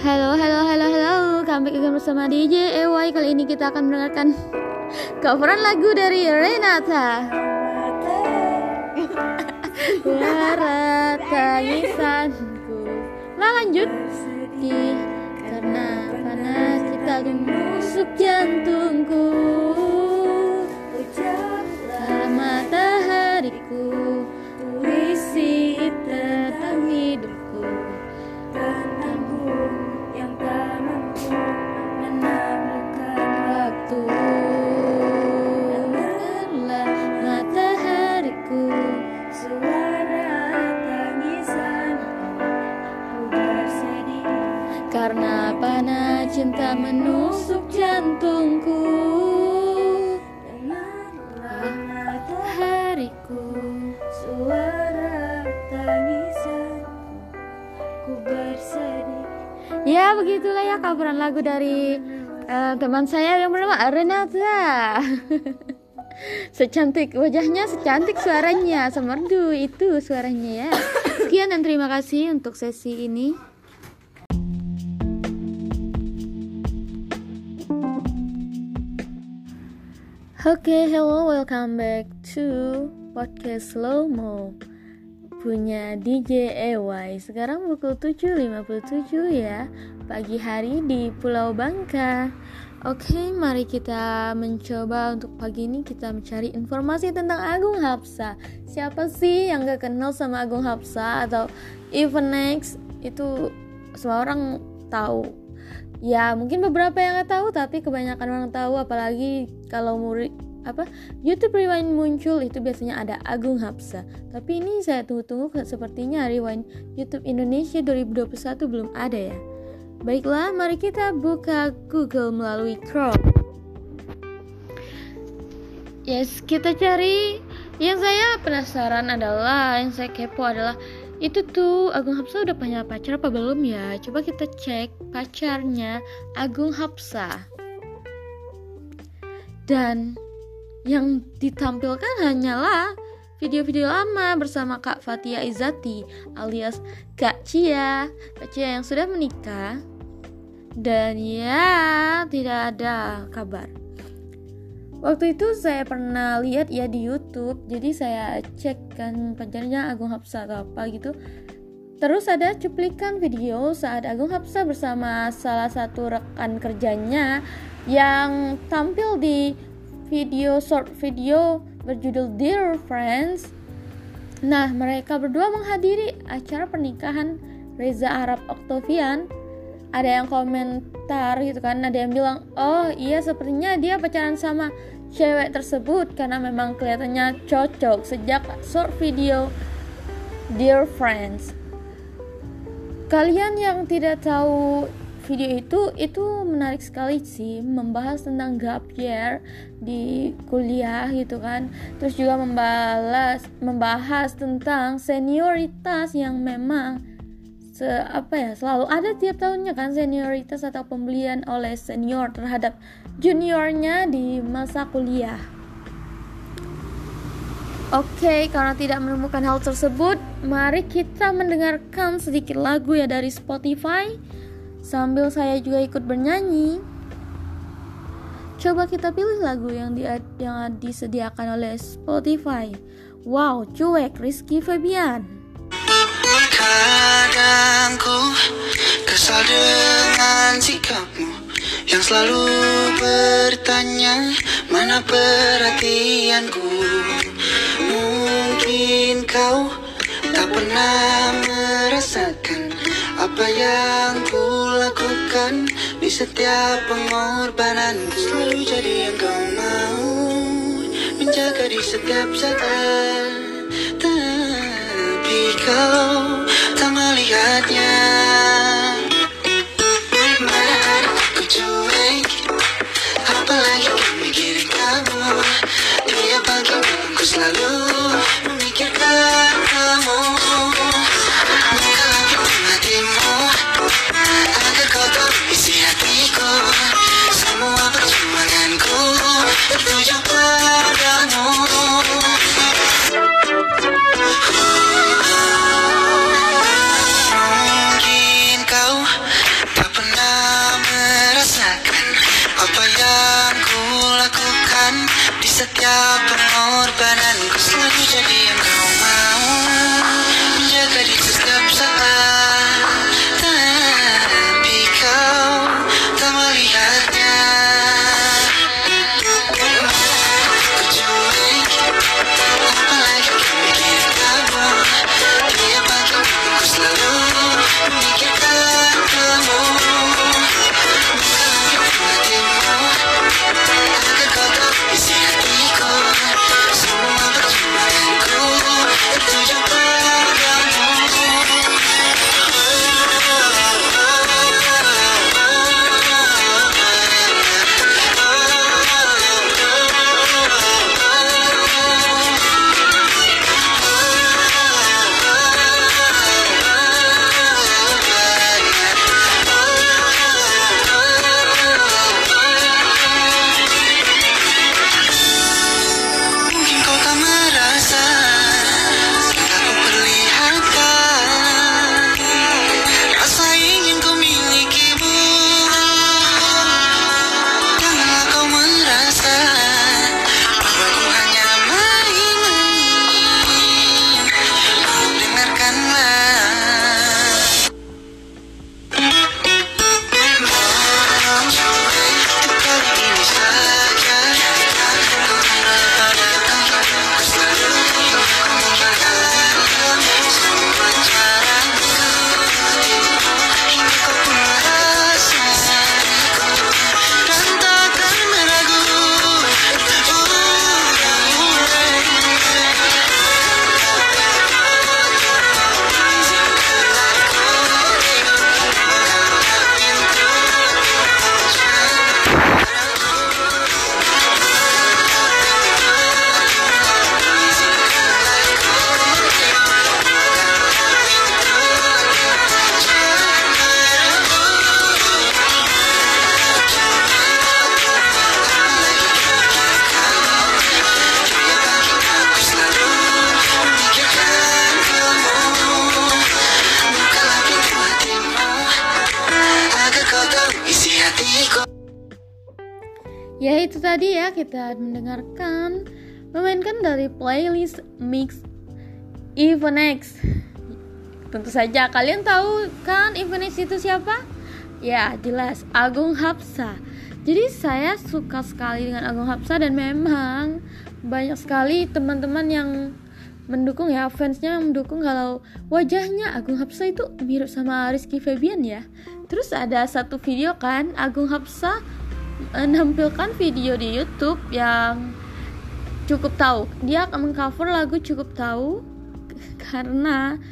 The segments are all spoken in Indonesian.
Halo, comeback again bersama DJ EY. Kali ini kita akan mendengarkan coveran lagu dari Renata. Biar tangisanku. Lanjut. Karena panas cinta menusuk jantungku, dalam matahariku, puisi tentang hidupku, tentangmu yang tak mampu menaklukkan waktu. Dengarlah matahariku, suara tangisanmu, ku bersedih karena panas cinta menusuk jantungku. Dengarlah matahariku, suara tangisanmu, ku bersedih. Ya, begitulah ya coveran lagu dari teman saya yang bernama Renata. Secantik wajahnya, secantik suaranya, semerdu itu suaranya ya. Sekian dan terima kasih untuk sesi ini. Oke, hello, welcome back to podcast Slow Mo punya DJ EY. Sekarang pukul 7.57 ya, pagi hari di Pulau Bangka. Oke, mari kita mencoba untuk pagi ini kita mencari informasi tentang Agung Hapsah. Siapa sih yang gak kenal sama Agung Hapsah atau Even Next? Itu semua orang tahu. Ya, mungkin beberapa yang gak tahu, tapi kebanyakan orang tahu. Apalagi kalau YouTube Rewind muncul, itu biasanya ada Agung Hapsah. Tapi ini saya tunggu-tunggu, sepertinya Rewind YouTube Indonesia 2021 belum ada ya. Baiklah, mari kita buka Google melalui Chrome. Yes, kita cari. Yang saya penasaran adalah, yang saya kepo adalah, itu tuh Agung Hapsah udah punya pacar apa belum ya? Coba kita cek pacarnya Agung Hapsah. Dan yang ditampilkan hanyalah video-video lama bersama Kak Fathia Izzati alias Kak Cia yang sudah menikah. Dan ya, tidak ada kabar. Waktu itu saya pernah lihat ya di YouTube, jadi saya cek kan pacarnya Agung Hapsah atau apa gitu. Terus ada cuplikan video saat Agung Hapsah bersama salah satu rekan kerjanya yang tampil di short video berjudul Dear Friends. Nah, mereka berdua menghadiri acara pernikahan Reza Arab Octavian. Ada yang komentar gitu kan, ada yang bilang, oh iya sepertinya dia pacaran sama cewek tersebut karena memang kelihatannya cocok sejak short video Dear Friends. Kalian yang tidak tahu video itu menarik sekali sih, membahas tentang gap year di kuliah gitu kan. Terus juga membahas tentang senioritas yang memang selalu ada tiap tahunnya kan, senioritas atau pembelian oleh senior terhadap juniornya di masa kuliah. Oke, karena tidak menemukan hal tersebut, mari kita mendengarkan sedikit lagu ya dari Spotify sambil saya juga ikut bernyanyi. Coba kita pilih lagu yang disediakan oleh Spotify. Wow, Cuek, Rizky Febian. Kadang ku kesal dengan sikapmu yang selalu bertanya mana perhatianku. Mungkin kau tak pernah merasakan apa yang ku lakukan di setiap pengorbananku. Selalu jadi yang kau mau, menjaga di setiap saat. Tapi kau tak melihatnya. Mana ada aku cuek, apalagi kan mikirin kamu. Tiap pagi malam ku selalu memikirkan kamu. Buka lagi hatimu, agar kau tahu isi hatiku. Semua perjuanganku tertuju padamu. Jadi engkau mau menjaga di setiap saat, tapi kau tak melihatnya. Ku cuek, apalagi kau mikirin kamu. Tiap pagi ku selalu memikirkan kamu. Bukan lagi hatimu, agar kau tahu isi hatiku. Semua perjuanganku tertuju padamu. Mungkin kau tak merasa saat aku perlihatkan rasa ingin ku milikimu. Janganlah kau merasa bahwa ku hanya main-main. Dengarkanlah. Malam sore untuk kali ini saja. Kau tinggal pada aku selalu memikirkan semua caraku. Hingga kau pun merasa dan takkan meragu. Aku selalu memikirkan kamu. Bukalah pintu hatimu, agar kau tahu isi hatiku. Ya itu tadi ya, kita mendengarkan memainkan dari playlist Mix Evenex. Tentu saja kalian tahu kan Evenex itu siapa? Ya jelas, Agung Hapsah. Jadi saya suka sekali dengan Agung Hapsah dan memang banyak sekali teman-teman yang mendukung ya, fansnya mendukung kalau wajahnya Agung Hapsah itu mirip sama Rizky Febian ya. Terus ada satu video kan Agung Hapsah menampilkan video di YouTube yang Cukup Tahu. Dia akan mengcover lagu Cukup Tahu karena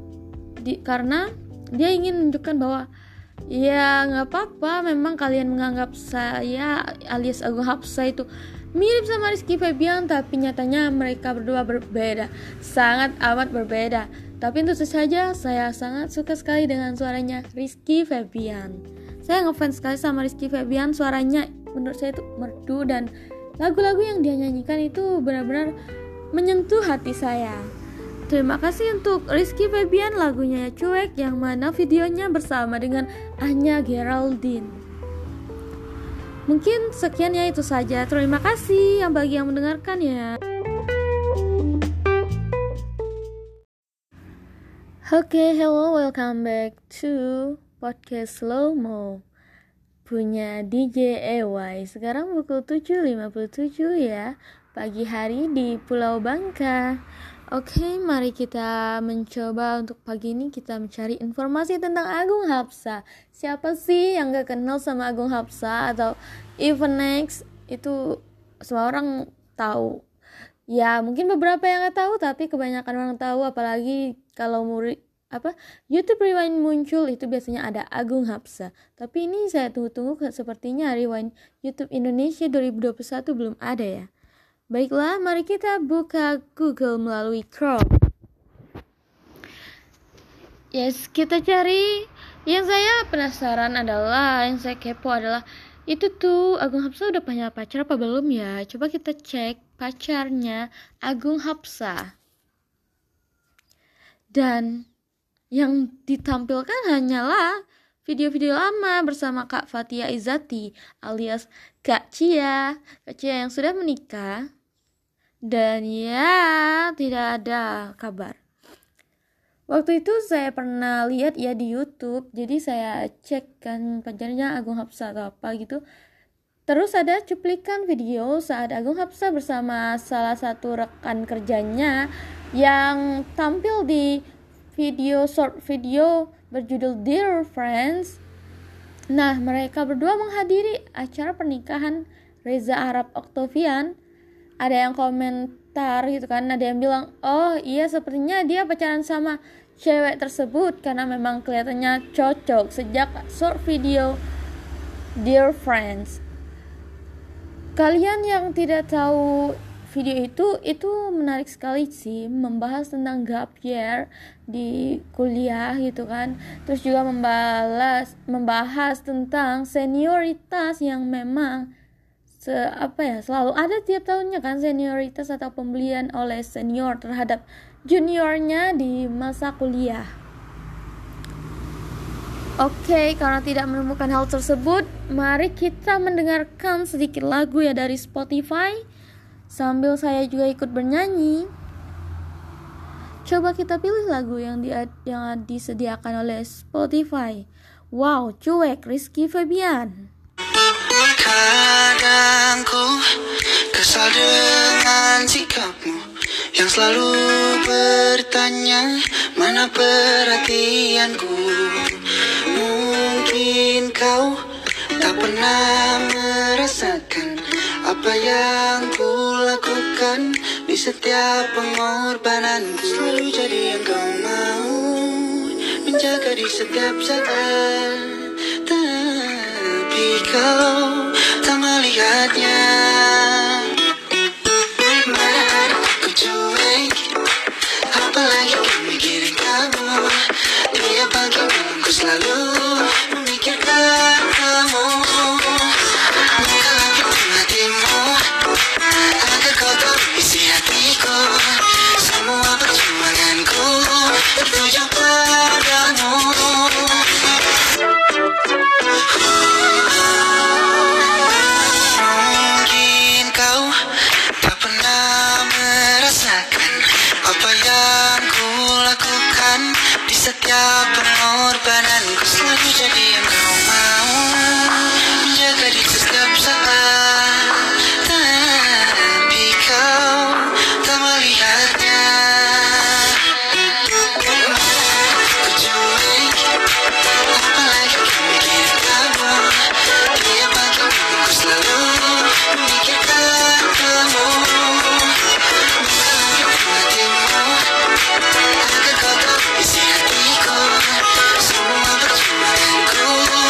dia ingin menunjukkan bahwa ya nggak apa-apa, memang kalian menganggap saya alias Agung Hapsah itu mirip sama Rizky Febian, tapi nyatanya mereka berdua berbeda, sangat amat berbeda. Tapi tentu saja saya sangat suka sekali dengan suaranya Rizky Febian. Saya ngefans sekali sama Rizky Febian, suaranya menurut saya itu merdu dan lagu-lagu yang dia nyanyikan itu benar-benar menyentuh hati saya. Terima kasih untuk Rizky Febian, lagunya Cuek, yang mana videonya bersama dengan Anya Geraldine. Mungkin sekian ya, itu saja. Terima kasih yang bagi yang mendengarkan ya. Oke, hello, welcome back to podcast Slow Mo punya DJ EY. Sekarang pukul 7.57 ya, pagi hari di Pulau Bangka. Oke, mari kita mencoba untuk pagi ini kita mencari informasi tentang Agung Hapsah. Siapa sih yang gak kenal sama Agung Hapsah atau Evenex? Itu semua orang tahu. Ya, mungkin beberapa yang gak tahu, tapi kebanyakan orang tahu. Apalagi kalau YouTube Rewind muncul, itu biasanya ada Agung Hapsah. Tapi ini saya tunggu-tunggu, sepertinya Rewind YouTube Indonesia 2021 belum ada ya. Baiklah, mari kita buka Google melalui Chrome. Yes, kita cari. Yang saya penasaran adalah, yang saya kepo adalah, itu tuh Agung Hapsah udah punya pacar apa belum ya? Coba kita cek pacarnya Agung Hapsah. Dan yang ditampilkan hanyalah video-video lama bersama Kak Fathia Izati alias Kak Cia yang sudah menikah. dan ya tidak ada kabar. Waktu itu saya pernah lihat ya di YouTube, jadi saya cek kan pacarnya Agung Hapsah atau apa gitu. Terus ada cuplikan video saat Agung Hapsah bersama salah satu rekan kerjanya yang tampil di short video berjudul Dear Friends. Nah, mereka berdua menghadiri acara pernikahan Reza Arab Octavian. Ada yang komentar gitu kan, ada yang bilang, oh iya sepertinya dia pacaran sama cewek tersebut karena memang kelihatannya cocok sejak short video Dear Friends. Kalian yang tidak tahu video itu menarik sekali sih, membahas tentang gap year di kuliah gitu kan. Terus juga membahas tentang senioritas yang memang selalu ada tiap tahunnya kan, senioritas atau pembelian oleh senior terhadap juniornya di masa kuliah. Oke, karena tidak menemukan hal tersebut, mari kita mendengarkan sedikit lagu ya dari Spotify sambil saya juga ikut bernyanyi. Coba kita pilih lagu yang disediakan oleh Spotify. Wow, Cuek, Rizky Febian. Kadang ku kesal dengan sikapmu yang selalu bertanya mana perhatianku. Mungkin kau tak pernah merasakan apa yang ku lakukan di setiap pengorbananku. Selalu jadi yang kau mau, menjaga di setiap saat, tapi kau tak melihatnya. Mana hari ku cuek, apalagi ku mikirin kamu. Tiap pagi memang ku selalu memikirkan kamu. Buka pintu hatimu agar kau tahu isi hatiku. Semua perjuanganku tertuju padamu. Mungkin kau tak pernah merasakan apa yang ku lakukan di setiap pengorbananku. Selalu jadi yang kau mau, menjaga di setiap saat, tapi kau tak melihatnya. Ku cuek, apalagi ku mikirin kamu. Tiap pagi memang ku selalu memikirkan kamu. Buka pintu hatimu agar kau tahu isi hatiku. Semua perjuanganku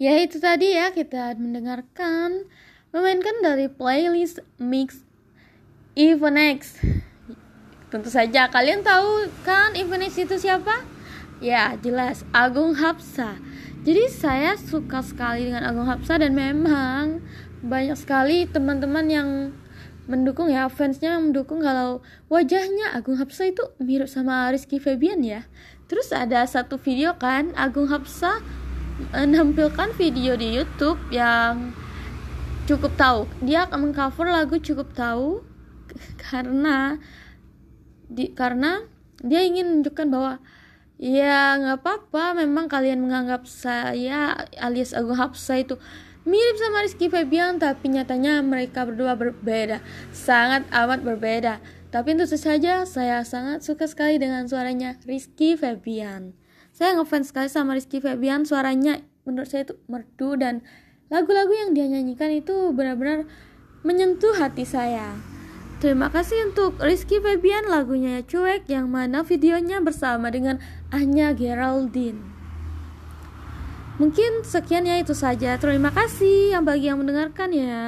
Ya itu tadi ya, kita mendengarkan memainkan dari playlist Mix Evenex. Tentu saja kalian tahu kan Evenex itu siapa? Ya jelas, Agung Hapsah. Jadi saya suka sekali dengan Agung Hapsah, dan memang banyak sekali teman-teman yang mendukung ya, fansnya mendukung kalau wajahnya Agung Hapsah itu mirip sama Rizky Febian ya. Terus ada satu video kan, Agung Hapsah menampilkan video di YouTube yang Cukup Tahu. Dia mengcover lagu Cukup Tahu karena dia ingin menunjukkan bahwa ya nggak apa-apa, memang kalian menganggap saya alias Agung Hapsah itu mirip sama Rizky Febian, tapi nyatanya mereka berdua berbeda, sangat amat berbeda. Tapi tentu saja saya sangat suka sekali dengan suaranya Rizky Febian. Saya ngefans sekali sama Rizky Febian, suaranya menurut saya itu merdu, dan lagu-lagu yang dia nyanyikan itu benar-benar menyentuh hati saya. Terima kasih untuk Rizky Febian, lagunya Cuek, yang mana videonya bersama dengan Anya Geraldine. Mungkin sekian ya, itu saja. Terima kasih bagi yang mendengarkan ya.